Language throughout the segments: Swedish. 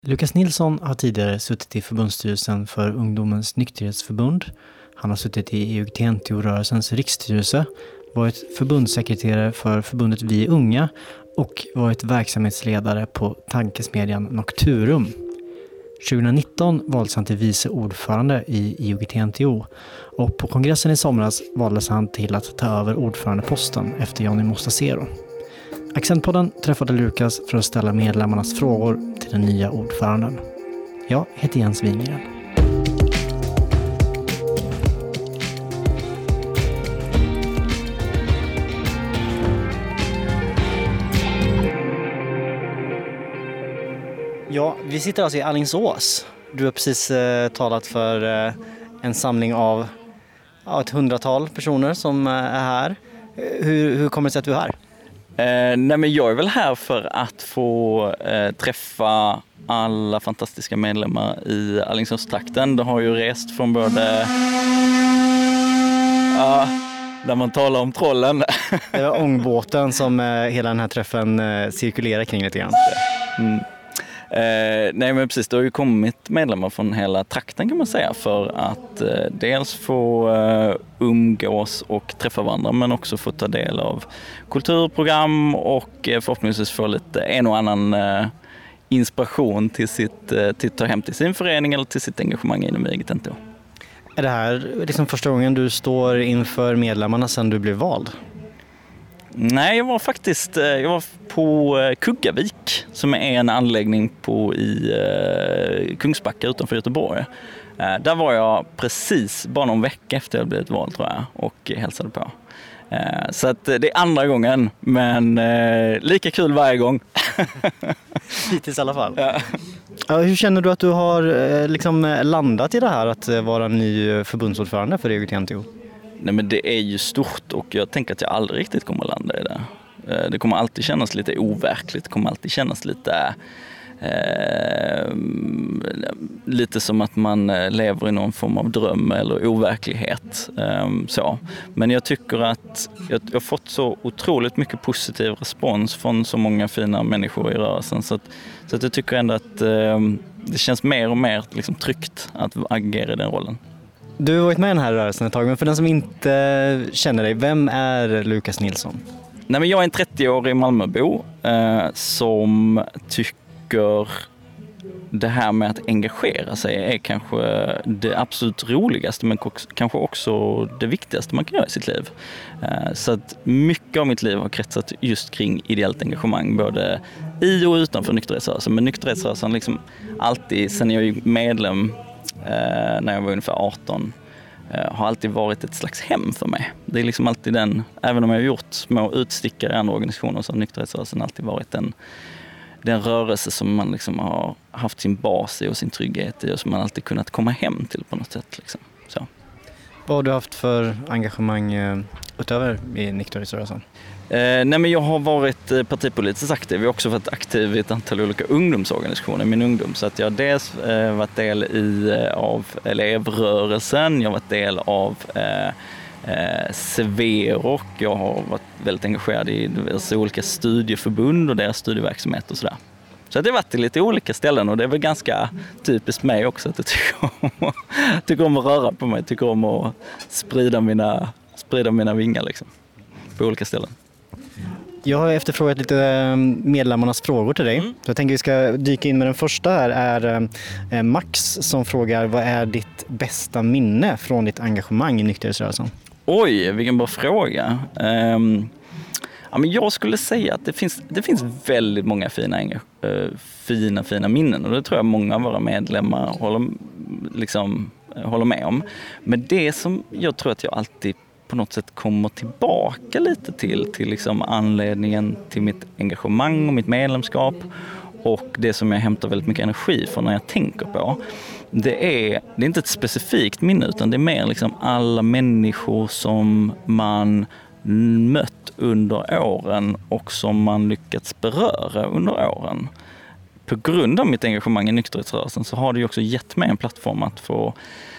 Lukas Nilsson har tidigare suttit i förbundsstyrelsen för Ungdomens nykterhetsförbund. Han har suttit i IOGT-NTO-rörelsens riksstyrelse, varit förbundssekreterare för förbundet Vi Unga och varit verksamhetsledare på tankesmedjan Nocturum. 2019 valdes han till vice ordförande i IOGT-NTO och på kongressen i somras valdes han till att ta över ordförandeposten efter Johnny Mostasero. Accentpodden träffade Lukas för att ställa medlemmarnas frågor till den nya ordföranden. Jag heter Jens Wingren. Ja, vi sitter alltså i Alingsås. Du har precis talat för en samling av ett 100-tal personer som är här. Hur kommer det sig att du är här? Nej, men jag är väl här för att få träffa alla fantastiska medlemmar i Alingsåstrakten. Det har ju rest från både... där man talar om trollen. Det var ångbåten som hela den här träffen cirkulerar kring lite grann. Nej, men precis, det har ju kommit medlemmar från hela trakten kan man säga för att dels få umgås och träffa varandra men också få ta del av kulturprogram och förhoppningsvis få lite en och annan inspiration till att ta hem till sin förening eller till sitt engagemang inom IOGT-NTO. Är det här liksom första gången du står inför medlemmarna sedan du blev vald? Nej, jag var på Kuggavik som är en anläggning i Kungsbacka utanför Göteborg. Där var jag precis bara någon vecka efter jag blivit vald tror jag och hälsade på. Så att det är andra gången men lika kul varje gång. Hittills i alla fall. Ja, hur känner du att du har landat i det här att vara ny förbundsordförande för IOGT-NTO? Nej, men det är ju stort och jag tänker att jag aldrig riktigt kommer att landa i det. Det kommer alltid kännas lite overkligt, det kommer alltid kännas lite som att man lever i någon form av dröm eller overklighet. Så. Men jag tycker att jag har fått så otroligt mycket positiv respons från så många fina människor i rörelsen så att jag tycker ändå att det känns mer och mer liksom tryggt att agera i den rollen. Du har varit med i den här rörelsen ett tag, men för den som inte känner dig, vem är Lukas Nilsson? Nej, men jag är en 30-årig Malmöbo som tycker det här med att engagera sig är kanske det absolut roligaste men kanske också det viktigaste man kan göra i sitt liv. Så att mycket av mitt liv har kretsat just kring ideellt engagemang både i och utanför nykterhetsrörelsen. Men nykterhetsrörelsen liksom alltid, sen jag är medlem när jag var ungefär 18 har alltid varit ett slags hem för mig. Det är liksom alltid även om jag har gjort små utstickare i andra organisationer så har nykterhetsrörelsen alltid varit den rörelse som man liksom har haft sin bas i och sin trygghet i och som man alltid kunnat komma hem till på något sätt. Liksom. Så. Vad har du haft för engagemang utöver i nykterhetsrörelsen? Nej, men jag har varit partipolitiskt aktiv. Jag har också varit aktiv i ett antal olika ungdomsorganisationer i min ungdom. Så att jag har dels varit del av elevrörelsen, jag har varit del av Severok, jag har varit väldigt engagerad i olika studieförbund och deras studieverksamhet och sådär. Så det har varit i lite olika ställen och det är väl ganska typiskt mig också att jag tycker om att röra på mig, tycker om att sprida mina vingar liksom, på olika ställen. Jag har efterfrågat lite medlemmarnas frågor till dig. Så jag tänker vi ska dyka in med den första här är Max som frågar vad är ditt bästa minne från ditt engagemang i nykterhetsrörelsen? Oj, vilken bra fråga. Men jag skulle säga att det finns väldigt många fina minnen och det tror jag många av våra medlemmar håller med om. Men det som jag tror att jag alltid på något sätt kommer tillbaka lite till liksom anledningen till mitt engagemang och mitt medlemskap och det som jag hämtar väldigt mycket energi från när jag tänker på. Det är inte ett specifikt minne utan det är mer liksom alla människor som man mött under åren och som man lyckats beröra under åren. På grund av mitt engagemang i nykterhetsrörelsen så har det ju också gett mig en plattform att få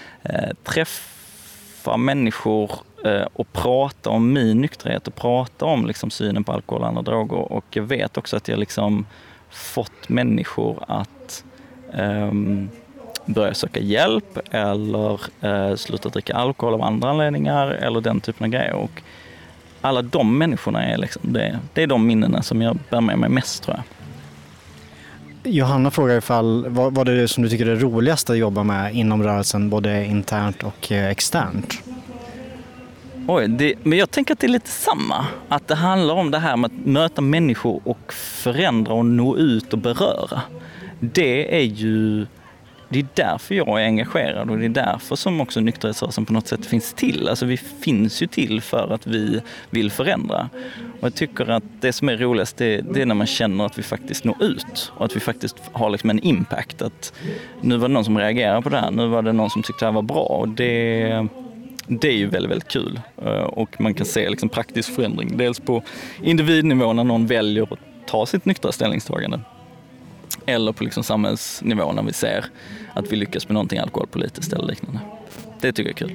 träffa människor och prata om min nykterhet och prata om liksom synen på alkohol och andra droger. Och jag vet också att jag liksom fått människor att börja söka hjälp eller sluta dricka alkohol av andra anledningar eller den typen av grejer. Och alla de människorna är liksom, det är de minnena som jag bär med mig mest, tror jag. Johanna frågar ifall, vad är det som du tycker är roligast att jobba med inom rörelsen, både internt och externt? Men jag tänker att det är lite samma. Att det handlar om det här med att möta människor och förändra och nå ut och beröra. Det är därför jag är engagerad och det är därför som också nykterhetsrörelsen på något sätt finns till. Alltså vi finns ju till för att vi vill förändra. Och jag tycker att det som är roligast det är när man känner att vi faktiskt når ut och att vi faktiskt har liksom en impact. Att nu var det någon som reagerade på det här, nu var det någon som tyckte det här var bra och det är ju väldigt, väldigt kul. Och man kan se liksom praktisk förändring. Dels på individnivå när någon väljer att ta sitt nyktra ställningstagande. Eller på liksom samhällsnivå när vi ser att vi lyckas med någonting alkoholpolitiskt eller liknande. Det tycker jag är kul.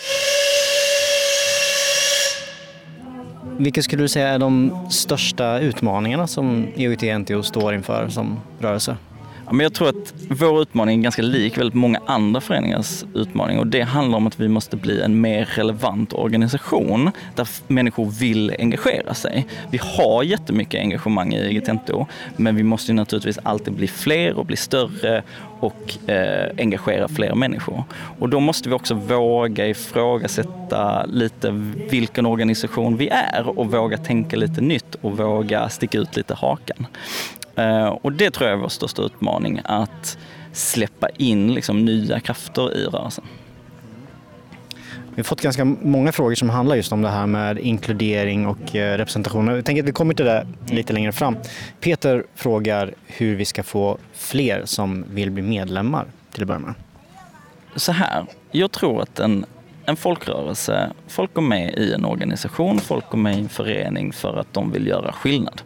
Vilka skulle du säga är de största utmaningarna som EUT-NTO står inför som rörelse? Ja, men jag tror att vår utmaning är ganska lik väldigt många andra föreningars utmaning och det handlar om att vi måste bli en mer relevant organisation där människor vill engagera sig. Vi har jättemycket engagemang i EUT-NTO men vi måste ju naturligtvis alltid bli fler och bli större och engagera fler människor. Och då måste vi också våga ifrågasätta lite vilken organisation vi är och våga tänka lite nytt och våga sticka ut lite hakan. Och det tror jag är vår största utmaning, att släppa in liksom nya krafter i rörelsen. Vi har fått ganska många frågor som handlar just om det här med inkludering och representation. Jag tänker att vi kommer till det lite längre fram. Peter frågar hur vi ska få fler som vill bli medlemmar till att börja med. Så här, jag tror att en folkrörelse, folk går med i en organisation, folk går med i en förening för att de vill göra skillnad.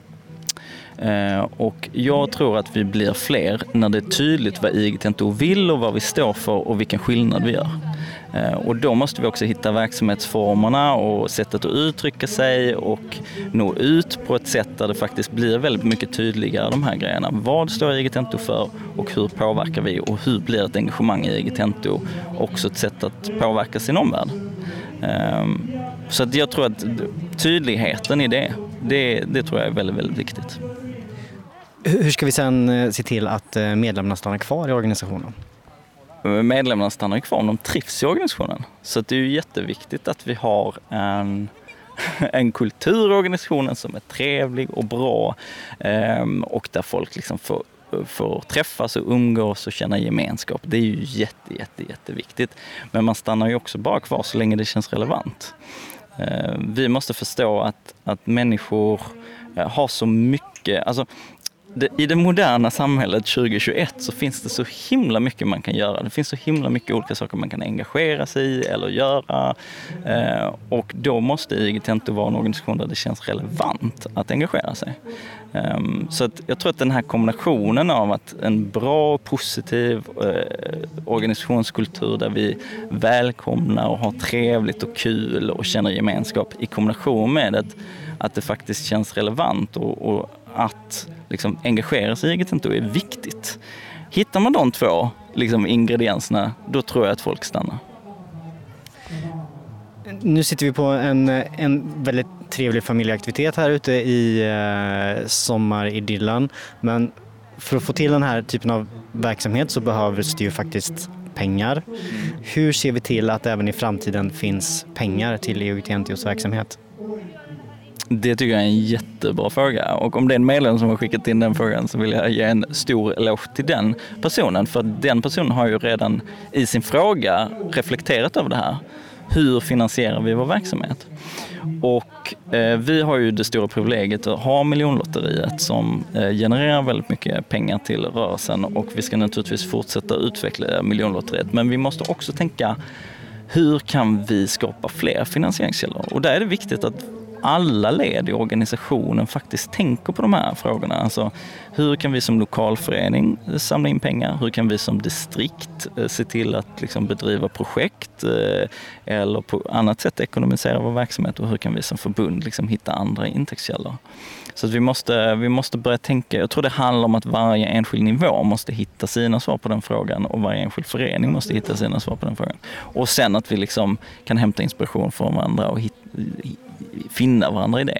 Och jag tror att vi blir fler när det är tydligt vad EUT-NTO vill och vad vi står för och vilken skillnad vi gör. Och då måste vi också hitta verksamhetsformerna och sättet att uttrycka sig och nå ut på ett sätt där det faktiskt blir väldigt mycket tydligare de här grejerna. Vad står EUT-NTO för och hur påverkar vi och hur blir ett engagemang i EUT-NTO också ett sätt att påverka sin omvärld. Så att jag tror att tydligheten i det tror jag är väldigt, väldigt viktigt. Hur ska vi sen se till att medlemmarna stannar kvar i organisationen? Medlemmarna stannar kvar om de trivs i organisationen. Så det är ju jätteviktigt att vi har en kultur i organisationen som är trevlig och bra och där folk liksom får träffas och umgås och känna gemenskap. Det är ju jätteviktigt. Men man stannar ju också bara kvar så länge det känns relevant. Vi måste förstå att människor har så mycket... Alltså, i det moderna samhället 2021 så finns det så himla mycket man kan göra. Det finns så himla mycket olika saker man kan engagera sig i eller göra. Och då måste EUT-NTO vara en organisation där det känns relevant att engagera sig. Så att jag tror att den här kombinationen av att en bra och positiv organisationskultur där vi välkomnar och har trevligt och kul och känner gemenskap i kombination med att det faktiskt känns relevant och att liksom engagera sig i EUT-NTO är viktigt. Hittar man de två liksom ingredienserna, då tror jag att folk stannar. Nu sitter vi på en väldigt trevlig familjeaktivitet här ute i sommaridyllen. Men för att få till den här typen av verksamhet så behövs det ju faktiskt pengar. Hur ser vi till att även i framtiden finns pengar till EUT-NTOs verksamhet? Det tycker jag är en jättebra fråga. Och om det är en medlem som har skickat in den frågan så vill jag ge en stor eloge till den personen. För den personen har ju redan i sin fråga reflekterat över det här. Hur finansierar vi vår verksamhet? Och vi har ju det stora privilegiet att ha miljonlotteriet som genererar väldigt mycket pengar till rörelsen. Och vi ska naturligtvis fortsätta utveckla miljonlotteriet. Men vi måste också tänka, hur kan vi skapa fler finansieringskällor? Och där är det viktigt att alla led i organisationen faktiskt tänker på de här frågorna. Alltså, hur kan vi som lokalförening samla in pengar? Hur kan vi som distrikt se till att liksom bedriva projekt eller på annat sätt ekonomisera vår verksamhet? Och hur kan vi som förbund liksom hitta andra intäktskällor? Så att vi måste börja tänka, jag tror det handlar om att varje enskild nivå måste hitta sina svar på den frågan och varje enskild förening måste hitta sina svar på den frågan. Och sen att vi liksom kan hämta inspiration från varandra och finna varandra i det.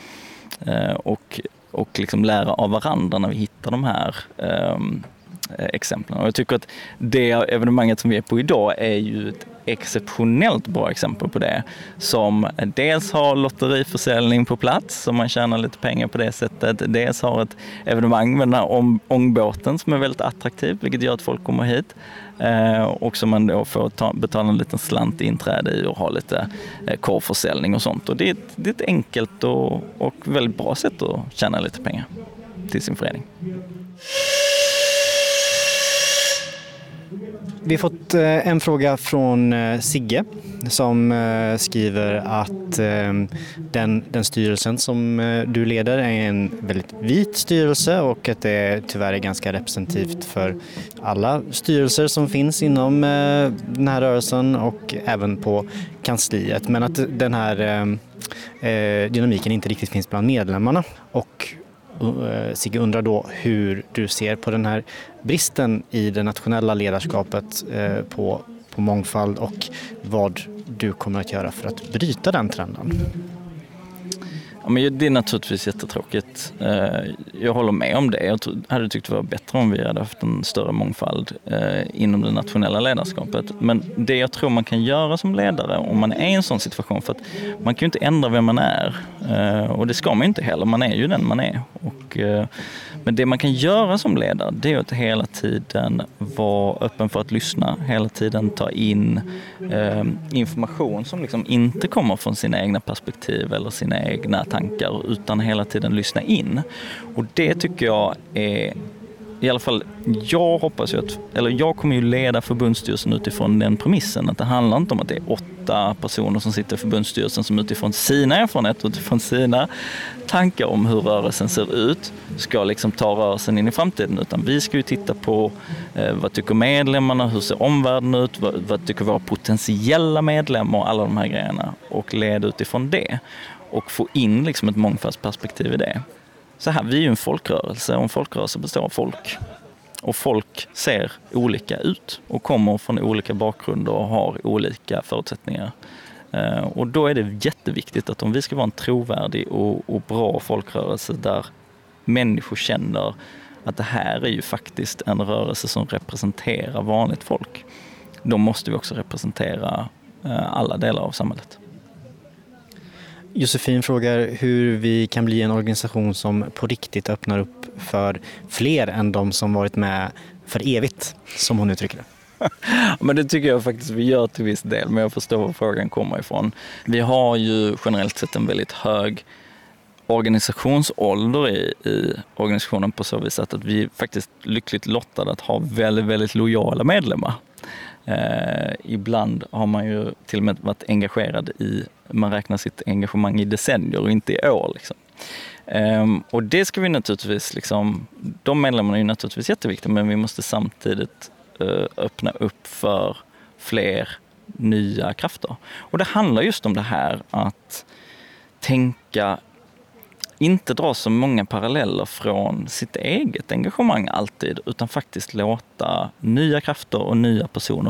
Och liksom lära av varandra när vi hittar de här exemplen. Och jag tycker att det evenemanget som vi är på idag är ju ett exceptionellt bra exempel på det. Som dels har lotteriförsäljning på plats så man tjänar lite pengar på det sättet. Dels har ett evenemang med den här ångbåten som är väldigt attraktiv, vilket gör att folk kommer hit. Och som man då får betala en liten slant i inträde i och ha lite korvförsäljning och sånt. Och det är ett enkelt och väldigt bra sätt att tjäna lite pengar till sin förening. Vi har fått en fråga från Sigge som skriver att den styrelsen som du leder är en väldigt vit styrelse och att det tyvärr är ganska representativt för alla styrelser som finns inom den här rörelsen och även på kansliet. Men att den här dynamiken inte riktigt finns bland medlemmarna. Och Sigge undrar då hur du ser på den här bristen i det nationella ledarskapet på mångfald och vad du kommer att göra för att bryta den trenden. Ja, men det är naturligtvis jättetråkigt. Jag håller med om det. Jag hade tyckt det var bättre om vi hade haft en större mångfald inom det nationella ledarskapet. Men det jag tror man kan göra som ledare om man är i en sån situation, för att man kan ju inte ändra vem man är. Och det ska man ju inte heller. Man är ju den man är. Men det man kan göra som ledare, det är att hela tiden vara öppen för att lyssna. Hela tiden ta in information som liksom inte kommer från sina egna perspektiv eller sina egna tankar, utan hela tiden lyssna in. Och det tycker jag är, i alla fall jag hoppas ju jag kommer ju leda förbundsstyrelsen utifrån den premissen att det handlar inte om att det är 8 personer som sitter i förbundsstyrelsen som utifrån sina erfarenheter, utifrån sina tankar om hur rörelsen ser ut ska liksom ta rörelsen in i framtiden, utan vi ska ju titta på vad tycker medlemmarna, hur ser omvärlden ut, vad tycker våra potentiella medlemmar och alla de här grejerna och leda utifrån det och få in liksom ett mångfaldsperspektiv i det. Så här, vi är ju en folkrörelse och en folkrörelse består av folk. Och folk ser olika ut och kommer från olika bakgrunder och har olika förutsättningar. Och då är det jätteviktigt att om vi ska vara en trovärdig och bra folkrörelse där människor känner att det här är ju faktiskt en rörelse som representerar vanligt folk, då måste vi också representera alla delar av samhället. Josefin frågar hur vi kan bli en organisation som på riktigt öppnar upp för fler än de som varit med för evigt, som hon uttrycker det. Men det tycker jag faktiskt vi gör till viss del, men jag förstår var frågan kommer ifrån. Vi har ju generellt sett en väldigt hög organisationsålder i organisationen på så vis att vi är faktiskt lyckligt lottade att ha väldigt, väldigt lojala medlemmar. Ibland har man ju till och med varit engagerad man räknar sitt engagemang i decennier och inte i år liksom. Och det ska vi naturligtvis liksom, de medlemmarna är ju naturligtvis jätteviktiga, men vi måste samtidigt öppna upp för fler nya krafter. Och det handlar just om det här att tänka, inte dra så många paralleller från sitt eget engagemang alltid, utan faktiskt låta nya krafter och nya personer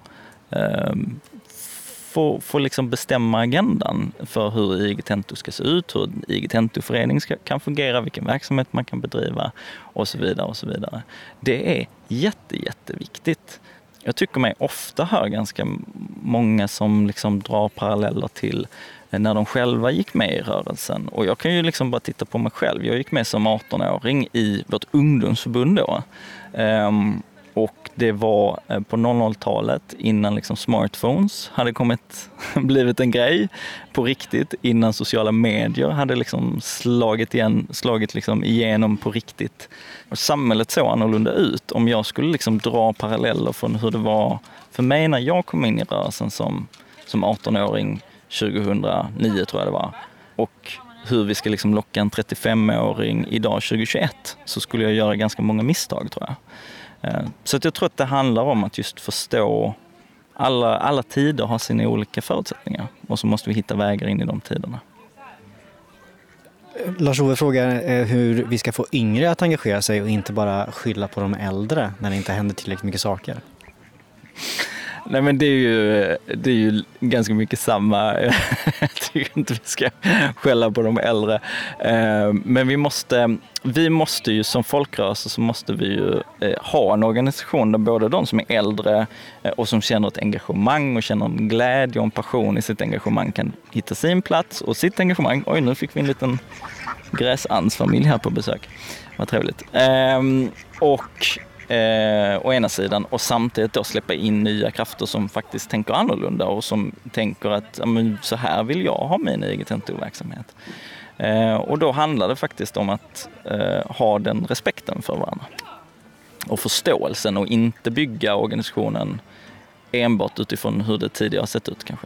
få liksom bestämma agendan för hur IG Tento ska se ut, hur IG Tento-förening kan fungera, vilken verksamhet man kan bedriva och så vidare och så vidare. Det är jätteviktigt. Jag tycker mig ofta hör ganska många som liksom drar paralleller till när de själva gick med i rörelsen. Och jag kan ju liksom bara titta på mig själv. Jag gick med som 18-åring i vårt ungdomsförbund då. Och det var på 00-talet innan liksom smartphones hade blivit en grej på riktigt, innan sociala medier hade liksom slagit liksom igenom på riktigt. Och samhället såg annorlunda ut. Om jag skulle liksom dra paralleller från hur det var för mig när jag kom in i rörelsen som 18-åring 2009 tror jag det var, och hur vi ska liksom locka en 35-åring idag 2021, så skulle jag göra ganska många misstag, tror jag. Så att jag tror att det handlar om att just förstå alla tider har sina olika förutsättningar, och så måste vi hitta vägar in i de tiderna. Lars-Ove frågar hur vi ska få yngre att engagera sig och inte bara skylla på de äldre när det inte händer tillräckligt mycket saker. Nej, men det är ju ganska mycket samma. Jag tycker inte vi ska skälla på de äldre. Men vi måste ju som folkrörelse, så måste vi ju ha en organisation där både de som är äldre och som känner ett engagemang och känner en glädje och en passion i sitt engagemang kan hitta sin plats och sitt engagemang. Oj, nu fick vi en liten gräsansfamilj här på besök. Vad trevligt. Å ena sidan, och samtidigt då släppa in nya krafter som faktiskt tänker annorlunda och som tänker att så här vill jag ha min egen TNTO-verksamhet. Och då handlar det faktiskt om att ha den respekten för varandra och förståelsen, och inte bygga organisationen enbart utifrån hur det tidigare har sett ut kanske.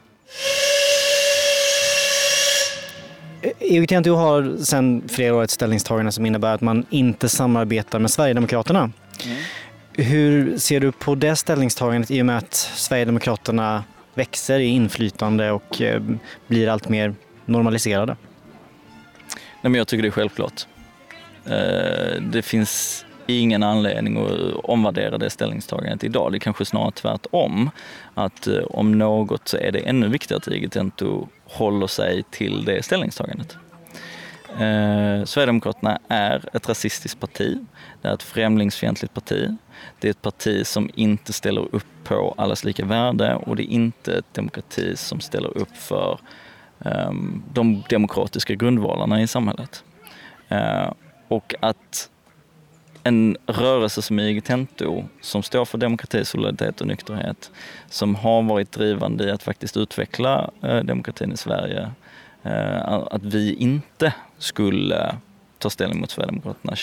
EUG-TNTO har sedan flera år ett ställningstagande som innebär att man inte samarbetar med Sverigedemokraterna. Hur ser du på det ställningstagandet i och med att Sverigedemokraterna växer i inflytande och blir allt mer normaliserade? Nej, men jag tycker det är självklart. Det finns ingen anledning att omvärdera det ställningstagandet idag. Det är kanske snarare tvärtom. Att om något så är det ännu viktigare att EUG-TNTO håller sig till det ställningstagandet. Sverigedemokraterna är ett rasistiskt parti. Det är ett främlingsfientligt parti. Det är ett parti som inte ställer upp på allas lika värde, och det är inte ett demokrati som ställer upp för de demokratiska grundvalarna i samhället. Och att en rörelse som EUG-TNTO, som står för demokrati, solidaritet och nykterhet, som har varit drivande i att faktiskt utveckla demokratin i Sverige, att vi inte skulle ta ställning mot Sverigedemokraterna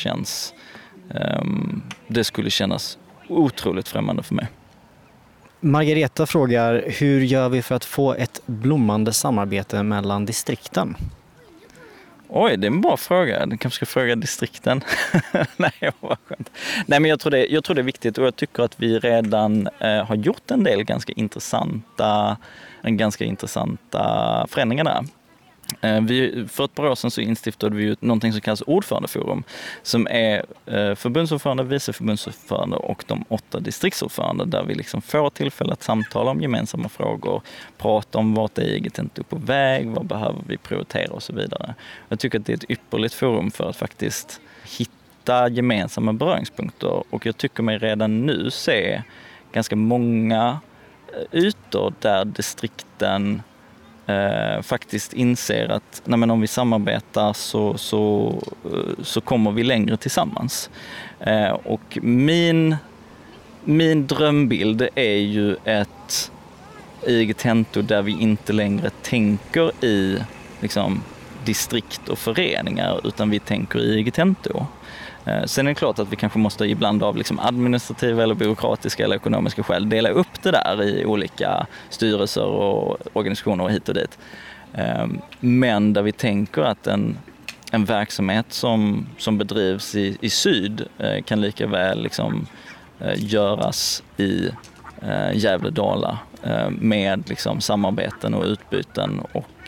det skulle kännas otroligt främmande för mig. Margareta frågar, hur gör vi för att få ett blommande samarbete mellan distrikten? Oj, det är en bra fråga. Du kanske ska fråga distrikten. Nej, vad skönt. Nej, men jag tror det är viktigt, och jag tycker att vi redan har gjort en del ganska intressanta förändringar där. För ett par år sedan så instiftade vi någonting som kallas ordförandeforum, som är förbundsordförande, vice förbundsordförande och de 8 distriktsordförande, där vi liksom får tillfälle att samtala om gemensamma frågor, prata om vart är EUG-TNTO på väg, vad behöver vi prioritera och så vidare. Jag tycker att det är ett ypperligt forum för att faktiskt hitta gemensamma beröringspunkter, och jag tycker mig redan nu se ganska många ytor där distrikten faktiskt inser att om vi samarbetar så kommer vi längre tillsammans. Och min drömbild är ju ett EUG-TNTO där vi inte längre tänker i liksom distrikt och föreningar, utan vi tänker i EUG-TNTO. Sen är det klart att vi kanske måste ibland av liksom administrativa eller byråkratiska eller ekonomiska skäl dela upp det där i olika styrelser och organisationer och hit och dit. Men där vi tänker att en verksamhet som bedrivs i syd kan lika väl liksom göras i Gävle-Dala med liksom samarbeten och utbyten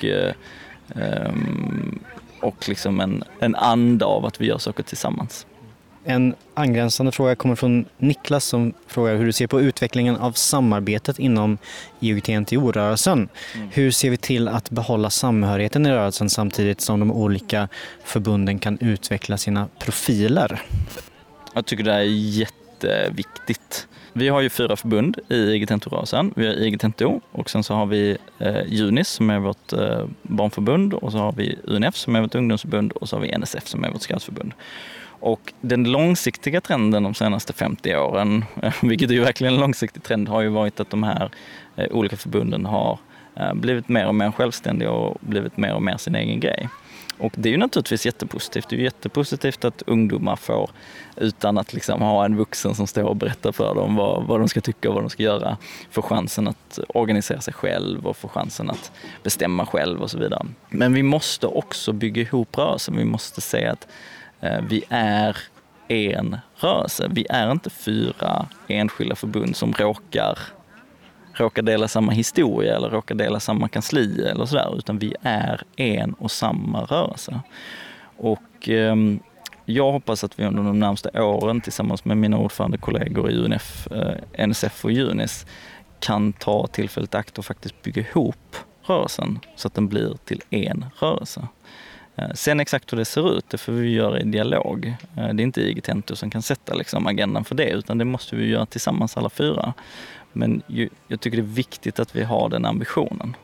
och liksom en anda av att vi gör saker tillsammans. En angränsande fråga kommer från Niklas som frågar hur du ser på utvecklingen av samarbetet inom EUG-TNTO-rörelsen. Hur ser vi till att behålla samhörigheten i rörelsen samtidigt som de olika förbunden kan utveckla sina profiler? Jag tycker det är jätteviktigt. Vi har ju 4 förbund i EUG-TNTO-rörelsen. Vi har EUG-TNTO, och sen så har vi Junis som är vårt barnförbund, och så har vi UNF som är vårt ungdomsförbund, och så har vi NSF som är vårt scoutförbund. Och den långsiktiga trenden de senaste 50 åren, vilket är ju verkligen en långsiktig trend, har ju varit att de här olika förbunden har blivit mer och mer självständiga och blivit mer och mer sin egen grej. Och det är ju naturligtvis jättepositivt. Det är ju jättepositivt att ungdomar får, utan att liksom ha en vuxen som står och berättar för dem vad de ska tycka och vad de ska göra, får chansen att organisera sig själv och får chansen att bestämma själv och så vidare. Men vi måste också bygga ihop rörelsen. Vi måste säga att vi är en rörelse. Vi är inte 4 enskilda förbund som råkar dela samma historia eller råkar dela samma kansli eller sådär, utan vi är en och samma rörelse. Och jag hoppas att vi under de närmaste åren tillsammans med mina ordförandekollegor i UNF, NSF och UNIS kan ta tillfället i akt och faktiskt bygga ihop rörelsen så att den blir till en rörelse. Sen exakt hur det ser ut, det får vi göra i dialog. Det är inte IGTento som kan sätta liksom agendan för det, utan det måste vi göra tillsammans alla 4. Men jag tycker det är viktigt att vi har den ambitionen.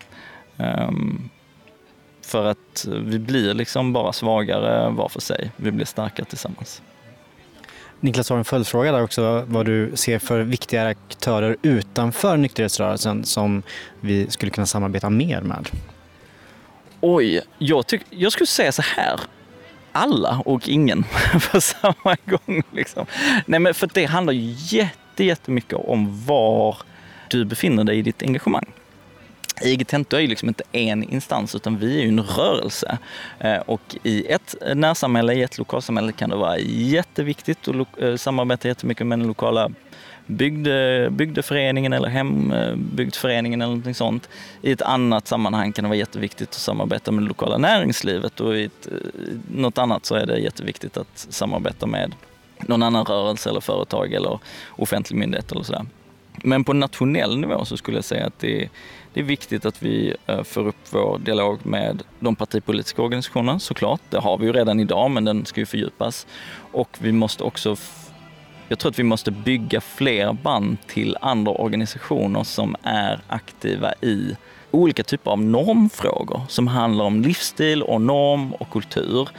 För att vi blir liksom bara svagare var för sig. Vi blir starkare tillsammans. Niklas har en följdfråga där också. Vad du ser för viktiga aktörer utanför nykterhetsrörelsen som vi skulle kunna samarbeta mer med? Oj, jag skulle säga så här. Alla och ingen på samma gång. Liksom. Nej, men för det handlar ju jättemycket om var du befinner dig i ditt engagemang. IGTento är ju liksom inte en instans, utan vi är ju en rörelse. Och i ett närsamhälle, i ett lokalsamhälle kan det vara jätteviktigt att samarbeta jättemycket med den lokala bygdeföreningen eller hembygdsföreningen eller någonting sånt. I ett annat sammanhang kan det vara jätteviktigt att samarbeta med det lokala näringslivet, och i något annat så är det jätteviktigt att samarbeta med någon annan rörelse eller företag eller offentlig myndighet eller sådär. Men på nationell nivå så skulle jag säga att det är viktigt att vi får upp vår dialog med de partipolitiska organisationerna, såklart. Det har vi ju redan idag, men den ska ju fördjupas. Och vi måste också, jag tror att vi måste bygga fler band till andra organisationer som är aktiva i olika typer av normfrågor som handlar om livsstil och norm och kultur,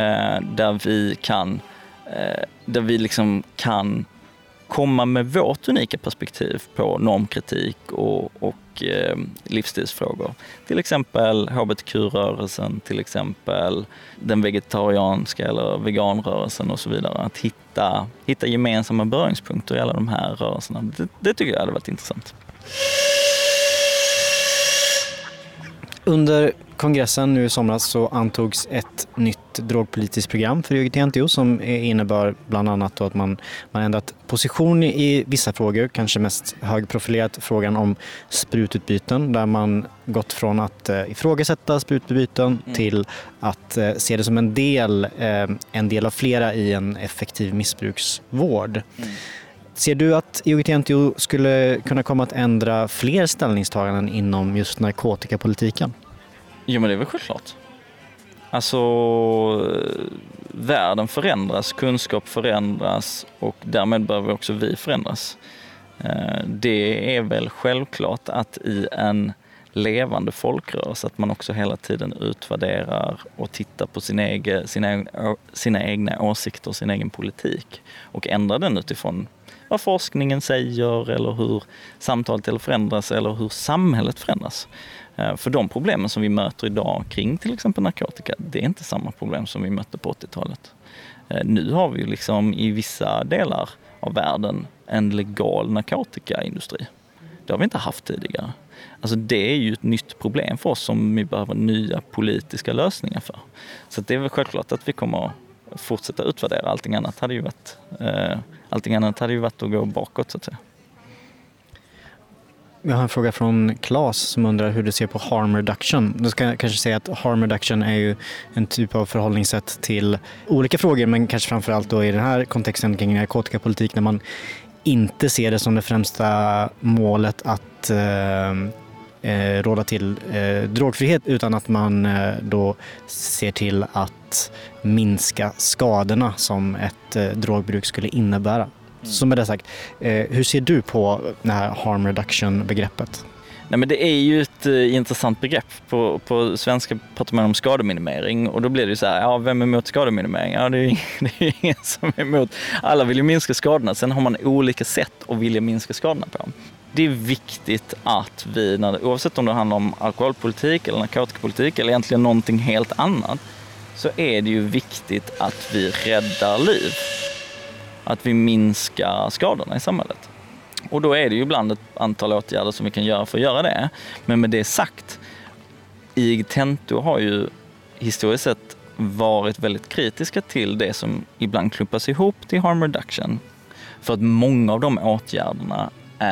där vi liksom kan komma med vårt unika perspektiv på normkritik och livsstilsfrågor. Till exempel hbtq-rörelsen, till exempel den vegetarianska eller veganrörelsen och så vidare. Att hitta gemensamma beröringspunkter i alla de här rörelserna. Det tycker jag hade varit intressant. Under kongressen nu i somras så antogs ett nytt drogpolitiskt program för IOGT-NTO som innebär bland annat då att man ändrat position i vissa frågor, kanske mest högprofilerat frågan om sprututbyten, där man gått från att ifrågasätta sprututbyten till att se det som en del av flera i en effektiv missbruksvård. Ser du att IOGT-NTO skulle kunna komma att ändra fler ställningstaganden inom just narkotikapolitiken? Jo, men det är väl självklart. Alltså, världen förändras, kunskap förändras och därmed behöver också vi förändras. Det är väl självklart att i en levande folkrörelse att man också hela tiden utvärderar och tittar på sina egna åsikter och sin egen politik och ändrar den utifrån vad forskningen säger eller hur samtalet förändras eller hur samhället förändras. För de problemen som vi möter idag kring till exempel narkotika, det är inte samma problem som vi mötte på 80-talet. Nu har vi liksom i vissa delar av världen en legal narkotikaindustri. Det har vi inte haft tidigare. Alltså det är ju ett nytt problem för oss som vi behöver nya politiska lösningar för. Så det är väl självklart att vi kommer att fortsätta utvärdera. Allting annat hade ju varit att gå bakåt så att säga. Jag har en fråga från Claes som undrar hur du ser på harm reduction. Du ska kanske säga att harm reduction är ju en typ av förhållningssätt till olika frågor, men kanske framförallt då i den här kontexten kring narkotikapolitik, när man inte ser det som det främsta målet att råda till drogfrihet, utan att man då ser till att minska skadorna som ett drogbruk skulle innebära. Så med det sagt, hur ser du på det här harm reduction-begreppet? Nej, men det är ju ett intressant begrepp. På svenska pratar man om skademinimering och då blir det ju så här, ja, vem är emot skademinimering? Ja, det är ingen som är emot. Alla vill ju minska skadorna, sen har man olika sätt att vilja minska skadorna på. Det är viktigt att vi, oavsett om det handlar om alkoholpolitik eller narkotikapolitik eller egentligen någonting helt annat, så är det ju viktigt att vi räddar liv. Att vi minskar skadorna i samhället. Och då är det ju ibland ett antal åtgärder som vi kan göra för att göra det. Men med det sagt, IG Tento har ju historiskt sett varit väldigt kritiska till det som ibland klumpas ihop till harm reduction. För att många av de åtgärderna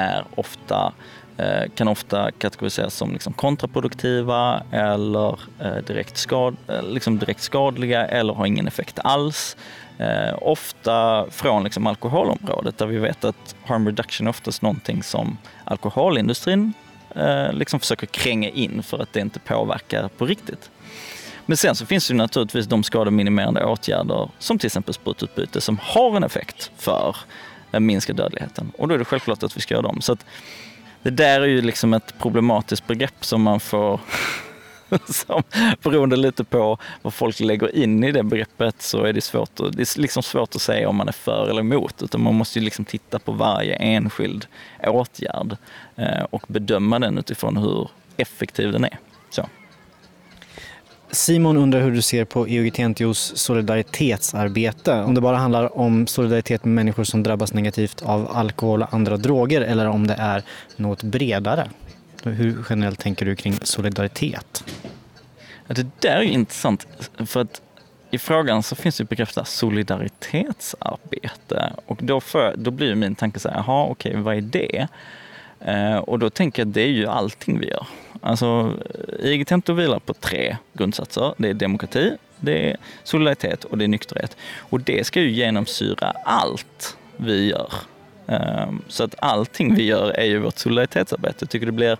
kan ofta kategoriseras som liksom kontraproduktiva eller direkt skadliga eller har ingen effekt alls. Ofta från liksom alkoholområdet, där vi vet att harm reduction är oftast någonting som alkoholindustrin liksom försöker kränga in för att det inte påverkar på riktigt. Men sen så finns det ju naturligtvis de skademinimerande åtgärder som till exempel sprututbyte som har en effekt för minska dödligheten. Och då är det självklart att vi ska göra dem. Så att det där är ju liksom ett problematiskt begrepp som man får som, beroende lite på vad folk lägger in i det begreppet, så är det liksom svårt att säga om man är för eller emot, utan man måste ju liksom titta på varje enskild åtgärd och bedöma den utifrån hur effektiv den är. Så. Simon undrar hur du ser på IG Tentos solidaritetsarbete. Om det bara handlar om solidaritet med människor som drabbas negativt av alkohol och andra droger, eller om det är något bredare. Hur generellt tänker du kring solidaritet? Det där är ju intressant, för att i frågan så finns det begreppet solidaritetsarbete. Och då blir min tanke så här, vad är det? Och då tänker jag att det är ju allting vi gör. Alltså, IG Tento vilar på 3 grundsatser. Det är demokrati, det är solidaritet och det är nykterhet. Och det ska ju genomsyra allt vi gör. Så att allting vi gör är ju vårt solidaritetsarbete. Jag tycker det blir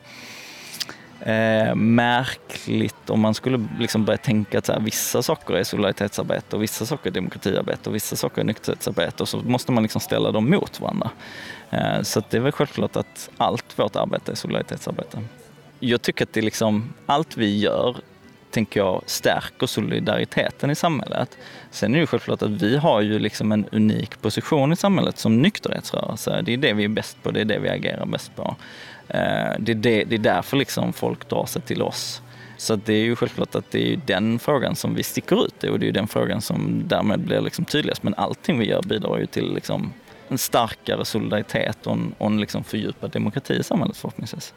märkligt om man skulle liksom börja tänka att så här, vissa saker är solidaritetsarbete och vissa saker är demokratiarbete och vissa saker är nykterhetsarbete, och så måste man liksom ställa dem mot varandra. Så att det är väl självklart att allt vårt arbete är solidaritetsarbete. Jag tycker att det liksom, allt vi gör, tänker jag, stärker solidariteten i samhället. Sen är det ju självklart att vi har ju liksom en unik position i samhället som nykterhetsrörelse. Det är det vi är bäst på, det är det vi agerar bäst på. Det är därför liksom folk drar sig till oss. Så det är ju självklart att det är den frågan som vi sticker ut i, och det är den frågan som därmed blir liksom tydligast. Men allting vi gör bidrar ju till liksom en starkare solidaritet och en liksom fördjupad demokrati i samhället förhoppningsvis.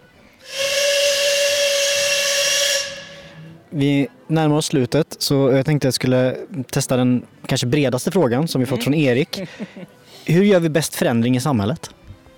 Vi närmar oss slutet, så jag tänkte att jag skulle testa den kanske bredaste frågan som vi fått från Erik. Hur gör vi bäst förändring i samhället?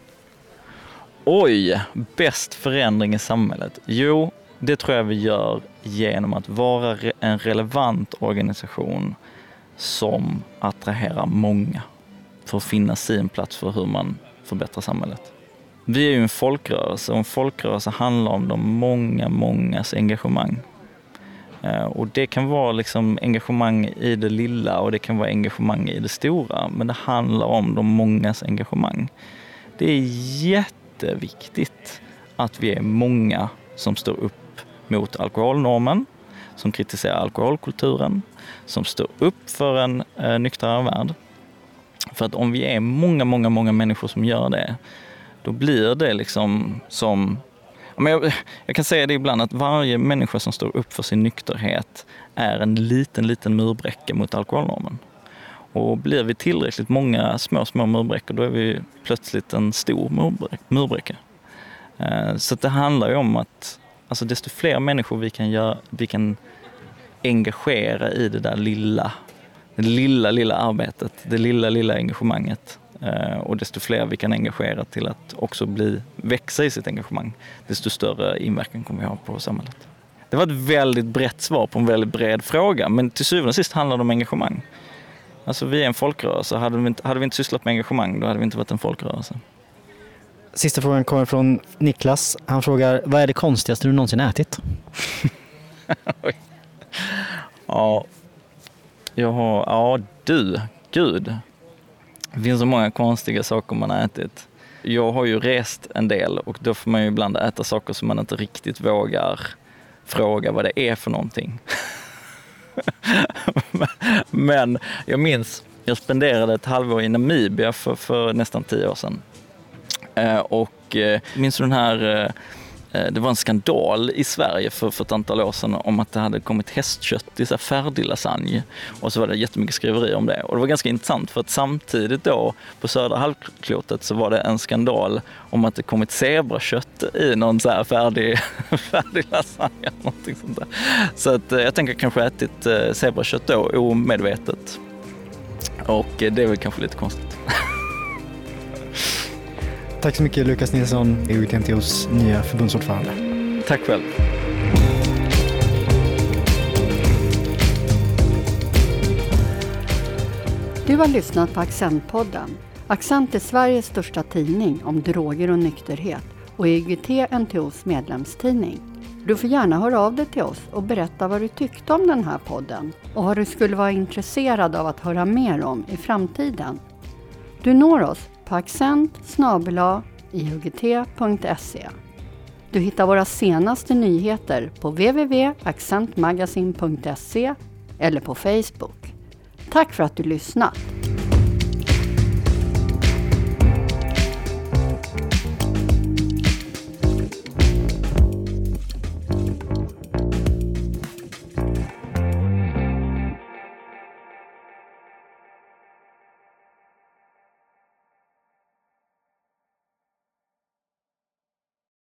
Bäst förändring i samhället? Jo, det tror jag vi gör genom att vara en relevant organisation som attraherar många för att finna sin plats för hur man förbättrar samhället. Vi är ju en folkrörelse, och en folkrörelse handlar om de mångas engagemang. Och det kan vara liksom engagemang i det lilla och det kan vara engagemang i det stora, men det handlar om de mångas engagemang. Det är jätteviktigt att vi är många som står upp mot alkoholnormen, som kritiserar alkoholkulturen, som står upp för en nyktrare värld. För att om vi är många människor som gör det, då blir det liksom som... Jag kan säga det ibland, att varje människa som står upp för sin nykterhet är en liten murbräcka mot alkoholnormen. Och blir vi tillräckligt många små murbräckor, då är vi plötsligt en stor murbräcka. Så det handlar ju om att alltså, desto fler människor vi kan engagera i det där lilla arbetet, det lilla engagemanget. Och desto fler vi kan engagera till att också växa i sitt engagemang, desto större inverkan kommer vi ha på samhället. Det var ett väldigt brett svar på en väldigt bred fråga, men till syvende och sist handlar det om engagemang. Alltså vi är en folkrörelse, hade vi inte sysslat med engagemang, då hade vi inte varit en folkrörelse. Sista frågan kommer från Niklas. Han frågar, vad är det konstigaste du någonsin ätit? Gud. Det finns så många konstiga saker man har ätit. Jag har ju rest en del, och då får man ju ibland äta saker som man inte riktigt vågar fråga vad det är för någonting. Men jag minns, jag spenderade ett halvår i Namibia för nästan 10 år sedan. Och minns du den här det var en skandal i Sverige för ett antal år sedan om att det hade kommit hästkött i så här färdig lasagne. Och så var det jättemycket skriverier om det. Och det var ganska intressant för att samtidigt då på södra halvklotet så var det en skandal om att det kommit zebrakött i någon så här färdig lasagne eller någonting sånt där. Så att jag tänker kanske ätit zebrakött då omedvetet. Och det är väl kanske lite konstigt. Tack så mycket Lukas Nilsson, EUG-TNTOs nya förbundsordförande. Tack själv. Du har lyssnat på Accentpodden. Accent är Sveriges största tidning om droger och nykterhet och EUG-TNTOs medlemstidning. Du får gärna höra av dig till oss och berätta vad du tyckte om den här podden och vad du skulle vara intresserad av att höra mer om i framtiden. Du når oss på accent@eugt.se. Du hittar våra senaste nyheter på www.accentmagasin.se eller på Facebook. Tack för att du lyssnat!